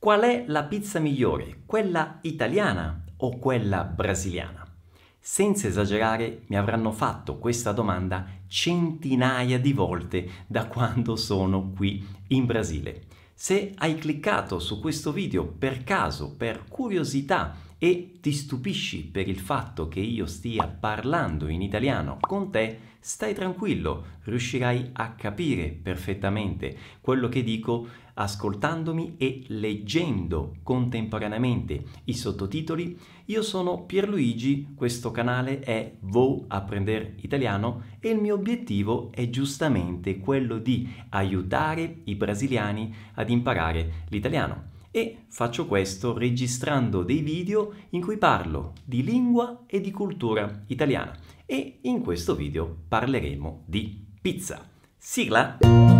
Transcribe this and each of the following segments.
Qual è la pizza migliore? Quella italiana o quella brasiliana? Senza esagerare, mi avranno fatto questa domanda centinaia di volte da quando sono qui in Brasile. Se hai cliccato su questo video per caso, per curiosità e ti stupisci per il fatto che io stia parlando in italiano con te, stai tranquillo, riuscirai a capire perfettamente quello che dico ascoltandomi e leggendo contemporaneamente i sottotitoli. Io sono Pierluigi, questo canale è Vou Aprender Italiano e il mio obiettivo è giustamente quello di aiutare i brasiliani ad imparare l'italiano. E faccio questo registrando dei video in cui parlo di lingua e di cultura italiana. E in questo video parleremo di pizza. Sigla!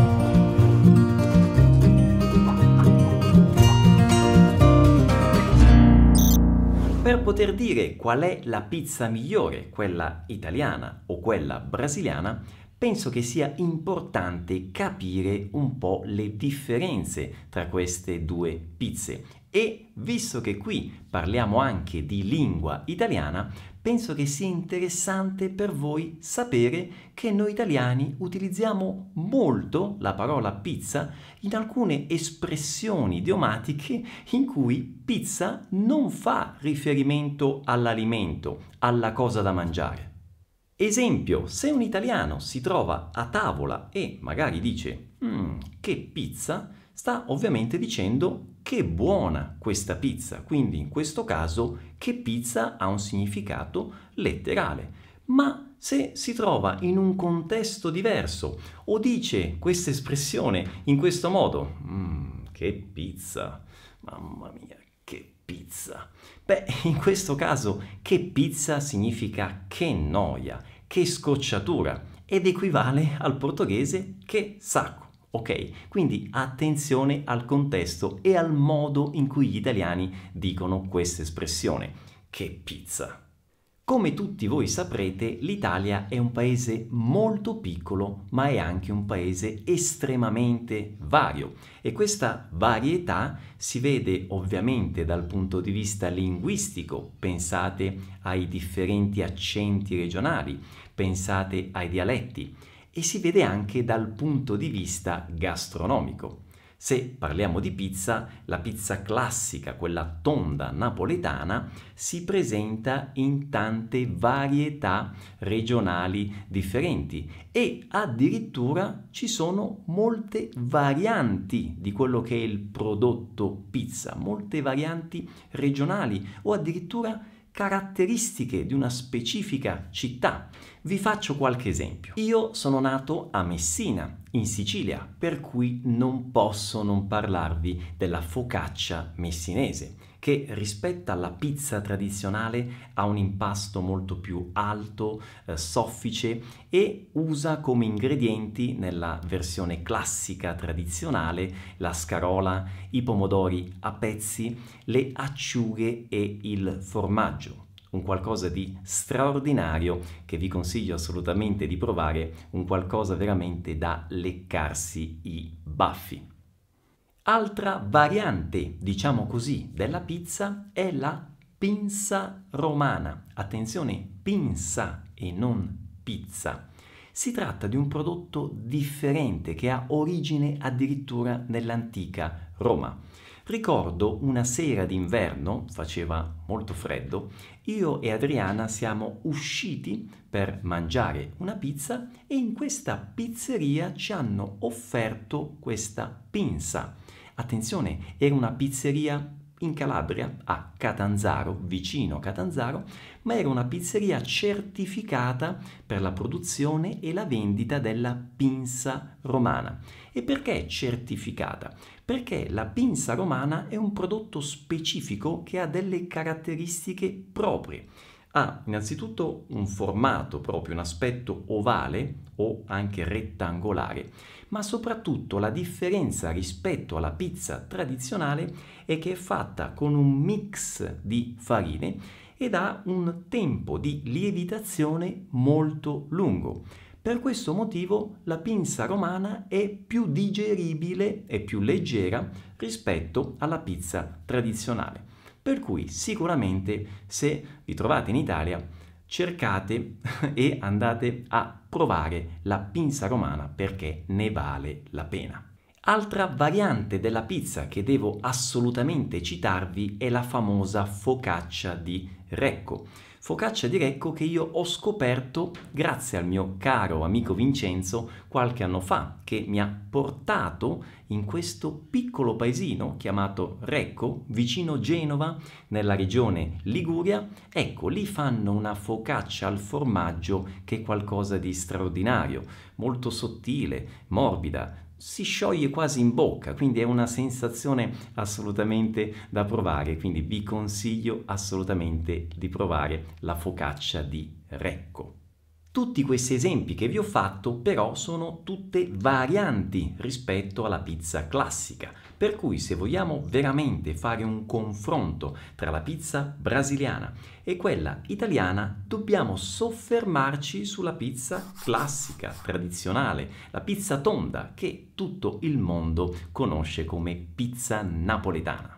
Per poter dire qual è la pizza migliore, quella italiana o quella brasiliana, penso che sia importante capire un po' le differenze tra queste due pizze. E visto che qui parliamo anche di lingua italiana, penso che sia interessante per voi sapere che noi italiani utilizziamo molto la parola pizza in alcune espressioni idiomatiche in cui pizza non fa riferimento all'alimento, alla cosa da mangiare. Esempio, se un italiano si trova a tavola e magari dice che pizza, sta ovviamente dicendo che buona questa pizza, quindi in questo caso che pizza ha un significato letterale. Ma se si trova in un contesto diverso o dice questa espressione in questo modo, che pizza, mamma mia, che pizza. Beh, in questo caso che pizza significa che noia, che scocciatura ed equivale al portoghese che sacco. Ok? Quindi attenzione al contesto e al modo in cui gli italiani dicono questa espressione. Che pizza. Come tutti voi saprete, l'Italia è un paese molto piccolo, ma è anche un paese estremamente vario e questa varietà si vede ovviamente dal punto di vista linguistico. Pensate ai differenti accenti regionali, pensate ai dialetti e si vede anche dal punto di vista gastronomico. Se parliamo di pizza, la pizza classica, quella tonda napoletana, si presenta in tante varietà regionali differenti e addirittura ci sono molte varianti di quello che è il prodotto pizza, molte varianti regionali o addirittura caratteristiche di una specifica città. Vi faccio qualche esempio. Io sono nato a Messina, in Sicilia, per cui non posso non parlarvi della focaccia messinese, che rispetto alla pizza tradizionale ha un impasto molto più alto, soffice e usa come ingredienti nella versione classica tradizionale la scarola, i pomodori a pezzi, le acciughe e il formaggio. Un qualcosa di straordinario che vi consiglio assolutamente di provare, un qualcosa veramente da leccarsi i baffi. Altra variante, diciamo così, della pizza è la pinza romana. Attenzione, pinza e non pizza. Si tratta di un prodotto differente che ha origine addirittura nell'antica Roma. Ricordo una sera d'inverno, faceva molto freddo, io e Adriana siamo usciti per mangiare una pizza e in questa pizzeria ci hanno offerto questa pinza. Attenzione, era una pizzeria in Calabria, a Catanzaro, vicino Catanzaro, ma era una pizzeria certificata per la produzione e la vendita della pinza romana. E perché certificata? Perché la pinza romana è un prodotto specifico che ha delle caratteristiche proprie. Ha innanzitutto un formato proprio, un aspetto ovale o anche rettangolare, ma soprattutto la differenza rispetto alla pizza tradizionale è che è fatta con un mix di farine ed ha un tempo di lievitazione molto lungo. Per questo motivo la pizza romana è più digeribile e più leggera rispetto alla pizza tradizionale. Per cui sicuramente se vi trovate in Italia cercate e andate a provare la pizza romana perché ne vale la pena. Altra variante della pizza che devo assolutamente citarvi è la famosa focaccia di Recco. Focaccia di Recco che io ho scoperto grazie al mio caro amico Vincenzo qualche anno fa, che mi ha portato in questo piccolo paesino chiamato Recco, vicino Genova, nella regione Liguria. Ecco, lì fanno una focaccia al formaggio che è qualcosa di straordinario, molto sottile, morbida, si scioglie quasi in bocca, quindi è una sensazione assolutamente da provare, quindi vi consiglio assolutamente di provare la focaccia di Recco. Tutti questi esempi che vi ho fatto però sono tutte varianti rispetto alla pizza classica, per cui se vogliamo veramente fare un confronto tra la pizza brasiliana e quella italiana dobbiamo soffermarci sulla pizza classica, tradizionale, la pizza tonda che tutto il mondo conosce come pizza napoletana.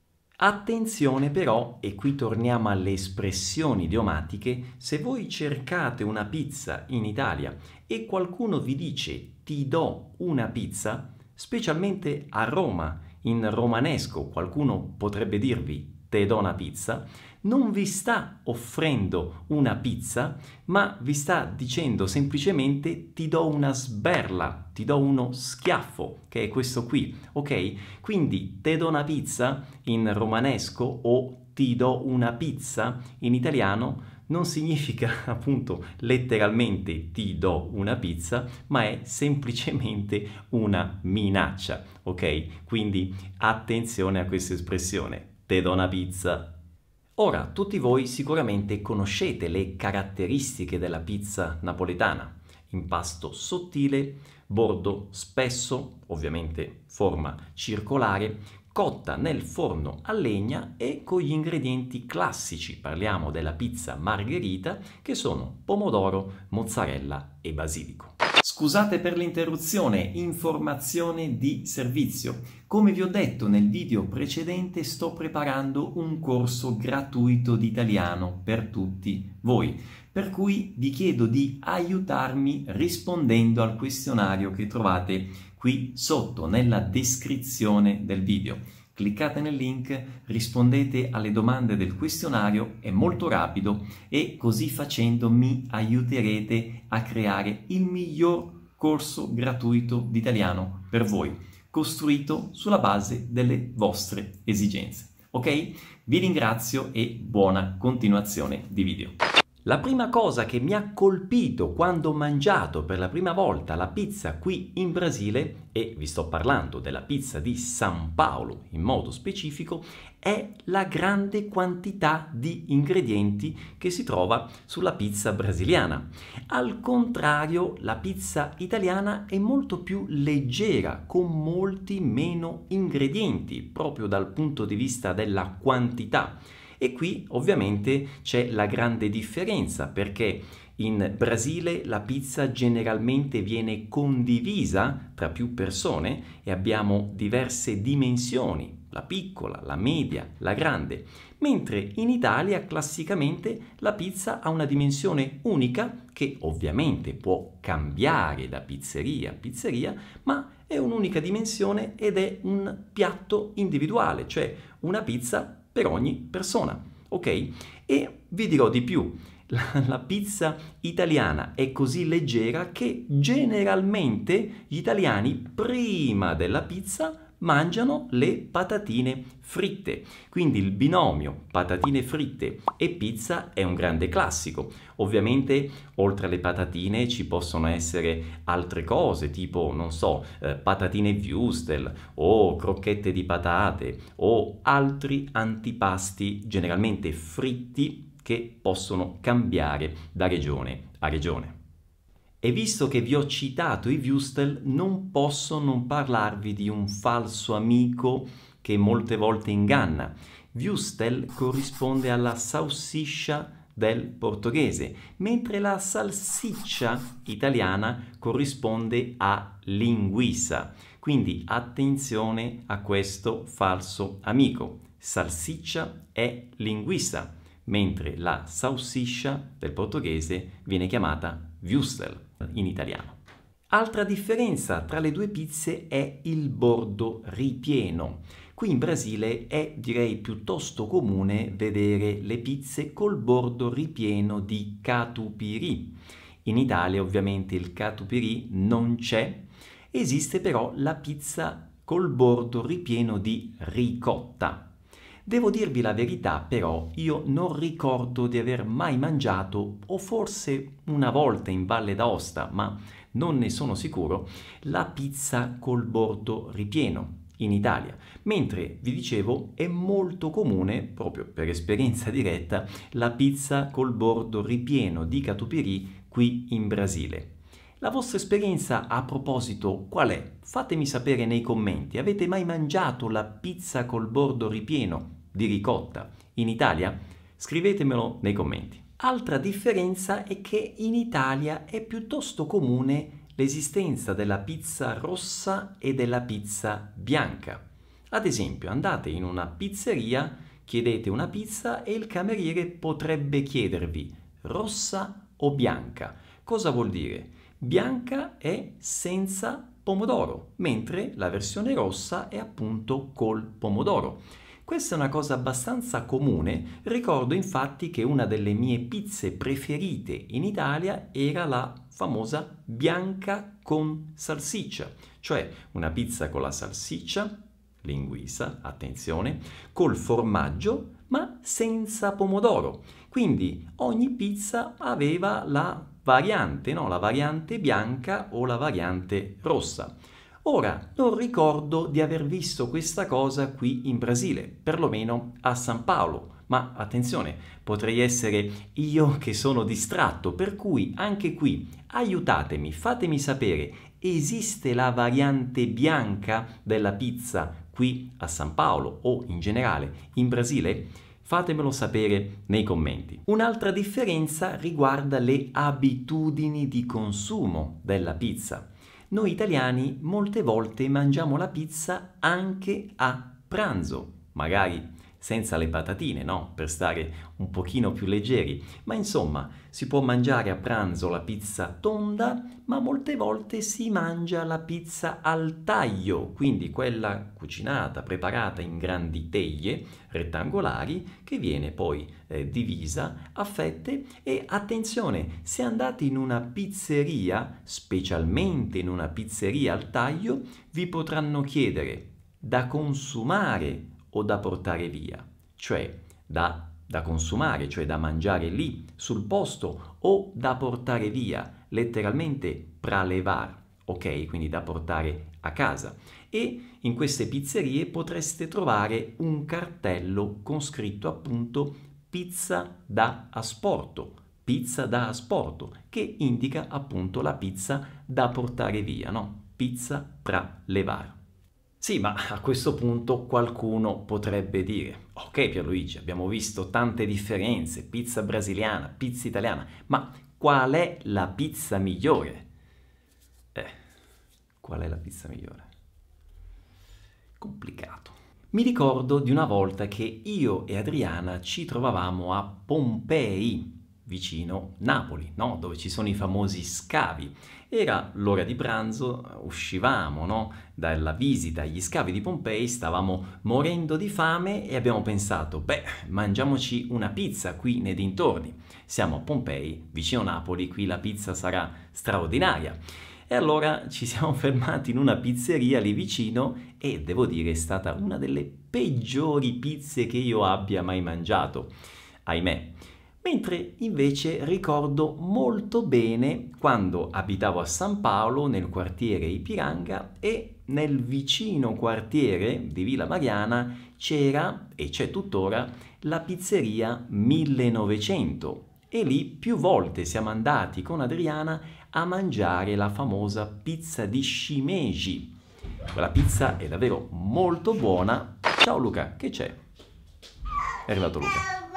Attenzione però, e qui torniamo alle espressioni idiomatiche, se voi cercate una pizza in Italia e qualcuno vi dice ti do una pizza, specialmente a Roma, in romanesco qualcuno potrebbe dirvi te do una pizza, non vi sta offrendo una pizza, ma vi sta dicendo semplicemente ti do una sberla, ti do uno schiaffo, che è questo qui, ok? Quindi te do una pizza in romanesco o ti do una pizza in italiano non significa appunto letteralmente ti do una pizza, ma è semplicemente una minaccia, ok? Quindi attenzione a questa espressione, te do una pizza. Ora, tutti voi sicuramente conoscete le caratteristiche della pizza napoletana. Impasto sottile, bordo spesso, ovviamente forma circolare, cotta nel forno a legna e con gli ingredienti classici. Parliamo della pizza margherita che sono pomodoro, mozzarella e basilico. Scusate per l'interruzione, informazione di servizio. Come vi ho detto nel video precedente, sto preparando un corso gratuito di italiano per tutti voi, per cui vi chiedo di aiutarmi rispondendo al questionario che trovate qui sotto nella descrizione del video. Cliccate nel link, rispondete alle domande del questionario, è molto rapido e così facendo mi aiuterete a creare il miglior corso gratuito di italiano per voi, costruito sulla base delle vostre esigenze. Ok? Vi ringrazio e buona continuazione di video. La prima cosa che mi ha colpito quando ho mangiato per la prima volta la pizza qui in Brasile, e vi sto parlando della pizza di San Paolo in modo specifico, è la grande quantità di ingredienti che si trova sulla pizza brasiliana. Al contrario, la pizza italiana è molto più leggera, con molti meno ingredienti, proprio dal punto di vista della quantità. E qui ovviamente c'è la grande differenza perché in Brasile la pizza generalmente viene condivisa tra più persone e abbiamo diverse dimensioni, la piccola, la media, la grande, mentre in Italia classicamente la pizza ha una dimensione unica che ovviamente può cambiare da pizzeria a pizzeria, ma è un'unica dimensione ed è un piatto individuale, cioè una pizza per ogni persona, ok? E vi dirò di più, la pizza italiana è così leggera che generalmente gli italiani prima della pizza mangiano le patatine fritte, quindi il binomio patatine fritte e pizza è un grande classico. Ovviamente oltre alle patatine ci possono essere altre cose tipo, non so, patatine würstel o crocchette di patate o altri antipasti generalmente fritti che possono cambiare da regione a regione. E visto che vi ho citato i würstel, non posso non parlarvi di un falso amico che molte volte inganna. Würstel corrisponde alla salsiccia del portoghese, mentre la salsiccia italiana corrisponde a linguiça. Quindi attenzione a questo falso amico. Salsiccia è linguiça, mentre la salsiccia del portoghese viene chiamata würstel in italiano. Altra differenza tra le due pizze è il bordo ripieno. Qui in Brasile è, direi, piuttosto comune vedere le pizze col bordo ripieno di catupiry. In Italia ovviamente il catupiry non c'è, esiste però la pizza col bordo ripieno di ricotta. Devo dirvi la verità, però, io non ricordo di aver mai mangiato, o forse una volta in Valle d'Aosta, ma non ne sono sicuro, la pizza col bordo ripieno in Italia, mentre vi dicevo è molto comune, proprio per esperienza diretta, la pizza col bordo ripieno di catupiry qui in Brasile. La vostra esperienza a proposito qual è? Fatemi sapere nei commenti. Avete mai mangiato la pizza col bordo ripieno di ricotta in Italia? Scrivetemelo nei commenti. Altra differenza è che in Italia è piuttosto comune l'esistenza della pizza rossa e della pizza bianca. Ad esempio, andate in una pizzeria, chiedete una pizza e il cameriere potrebbe chiedervi rossa o bianca. Cosa vuol dire? Bianca è senza pomodoro, mentre la versione rossa è appunto col pomodoro. Questa è una cosa abbastanza comune, ricordo infatti che una delle mie pizze preferite in Italia era la famosa bianca con salsiccia, cioè una pizza con la salsiccia, linguiça, attenzione, col formaggio ma senza pomodoro. Quindi ogni pizza aveva la variante, no? La variante bianca o la variante rossa. Ora, non ricordo di aver visto questa cosa qui in Brasile, perlomeno a San Paolo, ma attenzione, potrei essere io che sono distratto, per cui anche qui aiutatemi, fatemi sapere, esiste la variante bianca della pizza qui a San Paolo o in generale in Brasile? Fatemelo sapere nei commenti. Un'altra differenza riguarda le abitudini di consumo della pizza. Noi italiani molte volte mangiamo la pizza anche a pranzo, magari senza le patatine, no? Per stare un pochino più leggeri. Ma insomma, si può mangiare a pranzo la pizza tonda, ma molte volte si mangia la pizza al taglio, quindi quella cucinata, preparata in grandi teglie rettangolari, che viene poi divisa a fette. E attenzione, se andate in una pizzeria, specialmente in una pizzeria al taglio, vi potranno chiedere da consumare o da portare via, cioè da consumare, cioè da mangiare lì sul posto, o da portare via, letteralmente pra levar, ok? Quindi da portare a casa. E in queste pizzerie potreste trovare un cartello con scritto appunto pizza da asporto, che indica appunto la pizza da portare via, no? Pizza pra levar. Sì, ma a questo punto qualcuno potrebbe dire: ok Pierluigi, abbiamo visto tante differenze, pizza brasiliana, pizza italiana, ma qual è la pizza migliore? Qual è la pizza migliore? Complicato. Mi ricordo di una volta che io e Adriana ci trovavamo a Pompei, vicino Napoli, no? Dove ci sono i famosi scavi. Era l'ora di pranzo, uscivamo, no? Dalla visita agli scavi di Pompei, stavamo morendo di fame e abbiamo pensato, beh, mangiamoci una pizza qui nei dintorni. Siamo a Pompei, vicino Napoli, qui la pizza sarà straordinaria. E allora ci siamo fermati in una pizzeria lì vicino e devo dire è stata una delle peggiori pizze che io abbia mai mangiato, ahimè. Mentre invece ricordo molto bene quando abitavo a San Paolo nel quartiere Ipiranga e nel vicino quartiere di Villa Mariana c'era, e c'è tuttora, la pizzeria 1900 e lì più volte siamo andati con Adriana a mangiare la famosa pizza di shimeji. Quella pizza è davvero molto buona. Ciao Luca, che c'è? È arrivato Luca.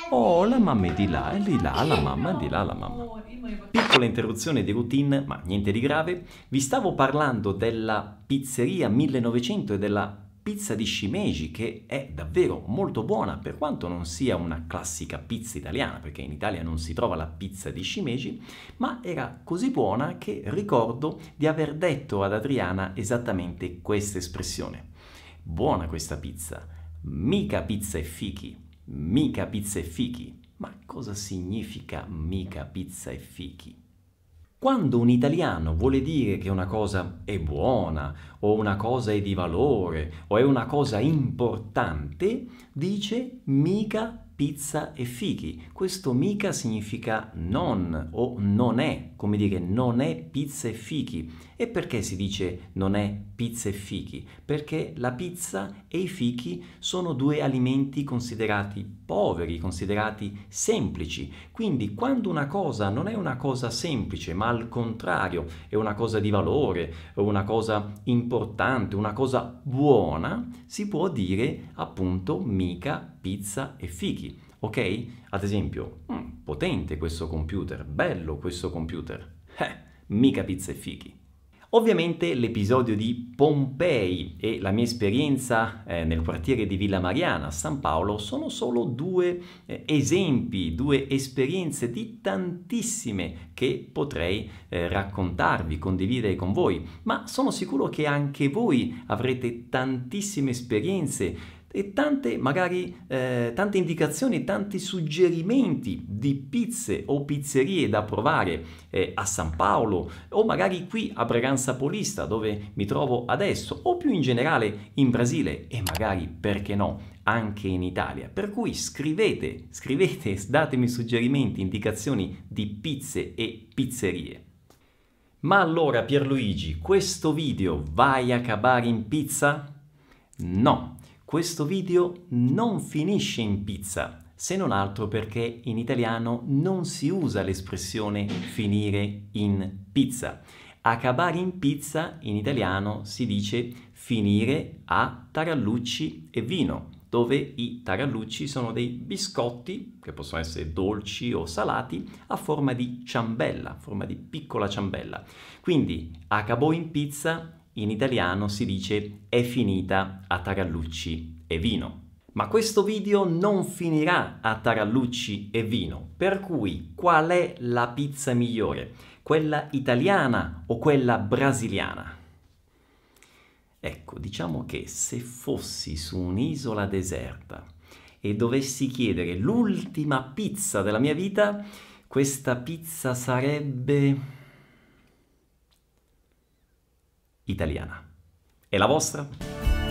Oh, la mamma è di là la mamma, è di là la mamma. Piccola interruzione di routine, ma niente di grave. Vi stavo parlando della pizzeria 1900 e della pizza di Shimeji, che è davvero molto buona, per quanto non sia una classica pizza italiana, perché in Italia non si trova la pizza di Shimeji, ma era così buona che ricordo di aver detto ad Adriana esattamente questa espressione. Buona questa pizza, mica pizza e fichi, mica pizza e fichi. Ma cosa significa mica pizza e fichi? Quando un italiano vuole dire che una cosa è buona, o una cosa è di valore, o è una cosa importante, dice mica pizza e fichi. Questo mica significa non o non è, come dire non è pizza e fichi. E perché si dice non è pizza e fichi? Perché la pizza e i fichi sono due alimenti considerati poveri, considerati semplici. Quindi quando una cosa non è una cosa semplice, ma al contrario è una cosa di valore, o una cosa importante, una cosa buona, si può dire appunto mica pizza e fichi. Ok? Ad esempio, potente questo computer, bello questo computer. Mica pizza e fichi. Ovviamente l'episodio di Pompei e la mia esperienza nel quartiere di Villa Mariana a San Paolo sono solo due esempi, due esperienze di tantissime che potrei raccontarvi, condividere con voi, ma sono sicuro che anche voi avrete tantissime esperienze e tante, magari, tante indicazioni, tanti suggerimenti di pizze o pizzerie da provare a San Paolo o magari qui a Braganza Paulista dove mi trovo adesso o più in generale in Brasile e magari, perché no, anche in Italia. Per cui scrivete, datemi suggerimenti, indicazioni di pizze e pizzerie. Ma allora Pierluigi, questo video vai a acabare in pizza? No. Questo video non finisce in pizza, se non altro perché in italiano non si usa l'espressione finire in pizza. Acabare in pizza in italiano si dice finire a tarallucci e vino, dove i tarallucci sono dei biscotti, che possono essere dolci o salati, a forma di ciambella, a forma di piccola ciambella. Quindi acabò in pizza in italiano si dice è finita a tarallucci e vino. Ma questo video non finirà a tarallucci e vino, per cui qual è la pizza migliore? Quella italiana o quella brasiliana? Ecco, diciamo che se fossi su un'isola deserta e dovessi chiedere l'ultima pizza della mia vita, questa pizza sarebbe italiana. E la vostra?